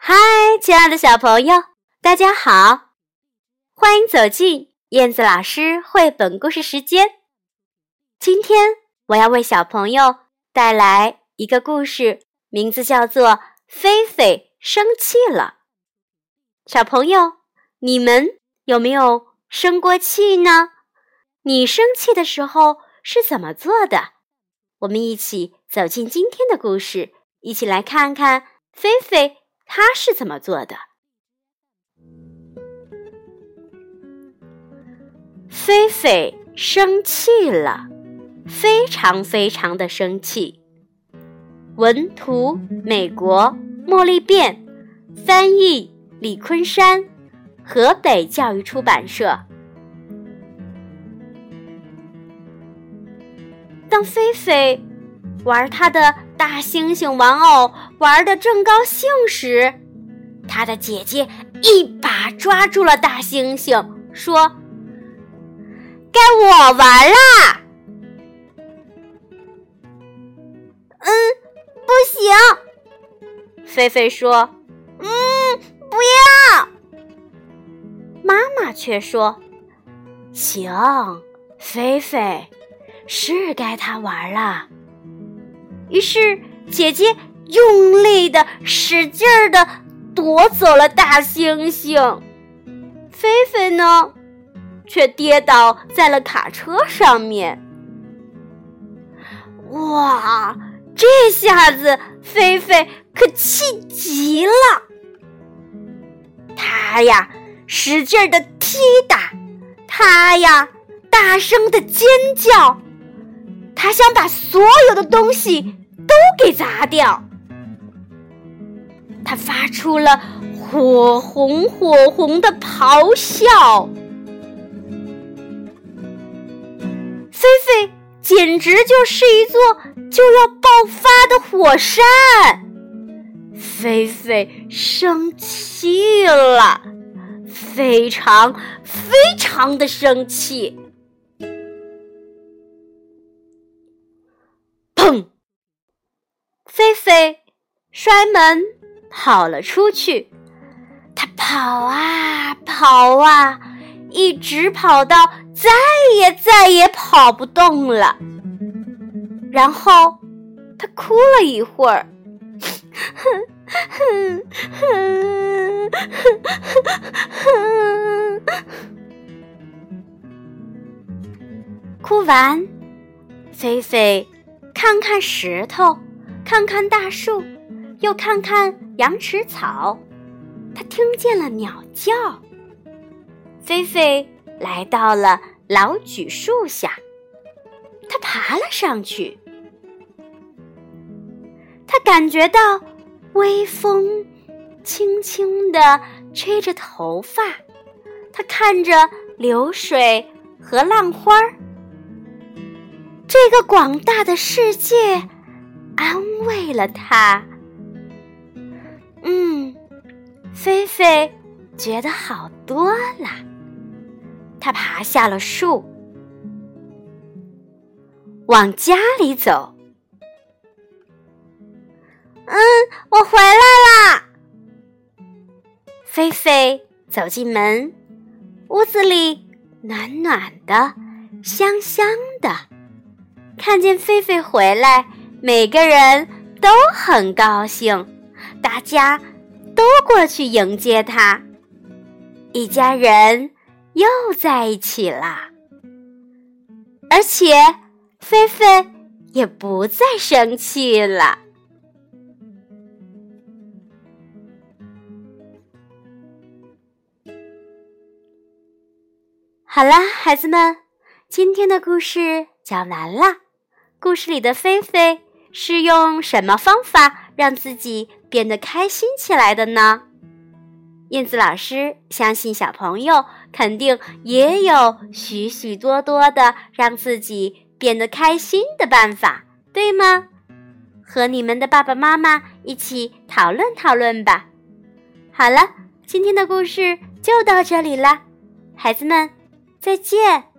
嗨，亲爱的小朋友，大家好！欢迎走进燕子老师绘本故事时间。今天我要为小朋友带来一个故事，名字叫做《菲菲生气了》。小朋友，你们有没有生过气呢？你生气的时候是怎么做的？我们一起走进今天的故事，一起来看看菲菲她是怎么做的。菲菲生气了，非常非常的生气。文图美国茉莉变，翻译李昆山，河北教育出版社。当菲菲玩她的大猩猩玩偶玩得正高兴时，她的姐姐一把抓住了大猩猩，说：“该我玩啦！”不行，菲菲说：“不要。”妈妈却说：“行，菲菲，是该她玩了。”于是姐姐用力的使劲儿的夺走了大猩猩，菲菲呢却跌倒在了卡车上面。哇，这下子菲菲可气极了，她呀使劲的踢打，她呀大声的尖叫，她想把所有的东西都给砸掉。她发出了火红的咆哮。菲菲简直就是一座就要爆发的火山。菲菲生气了，非常非常的生气。砰！菲菲摔门跑了出去，她跑啊跑啊，一直跑到再也跑不动了。然后她哭了一会儿，哭完，菲菲看看石头，看看大树，又看看羊齿草，她听见了鸟叫。菲菲来到了老榉树下，她爬了上去。她感觉到微风轻轻地吹着头发，她看着流水和浪花，这个广大的世界安慰了她。菲菲觉得好多了。她爬下了树，往家里走。我回来啦！菲菲走进门，屋子里暖暖的，香香的。看见菲菲回来，每个人都很高兴，大家都过去迎接她。一家人又在一起啦，而且菲菲也不再生气了。好啦，孩子们，今天的故事讲完了。故事里的菲菲是用什么方法让自己变得开心起来的呢？燕子老师相信小朋友肯定也有许许多多的让自己变得开心的办法，对吗？和你们的爸爸妈妈一起讨论讨论吧。好了，今天的故事就到这里了，孩子们，再见。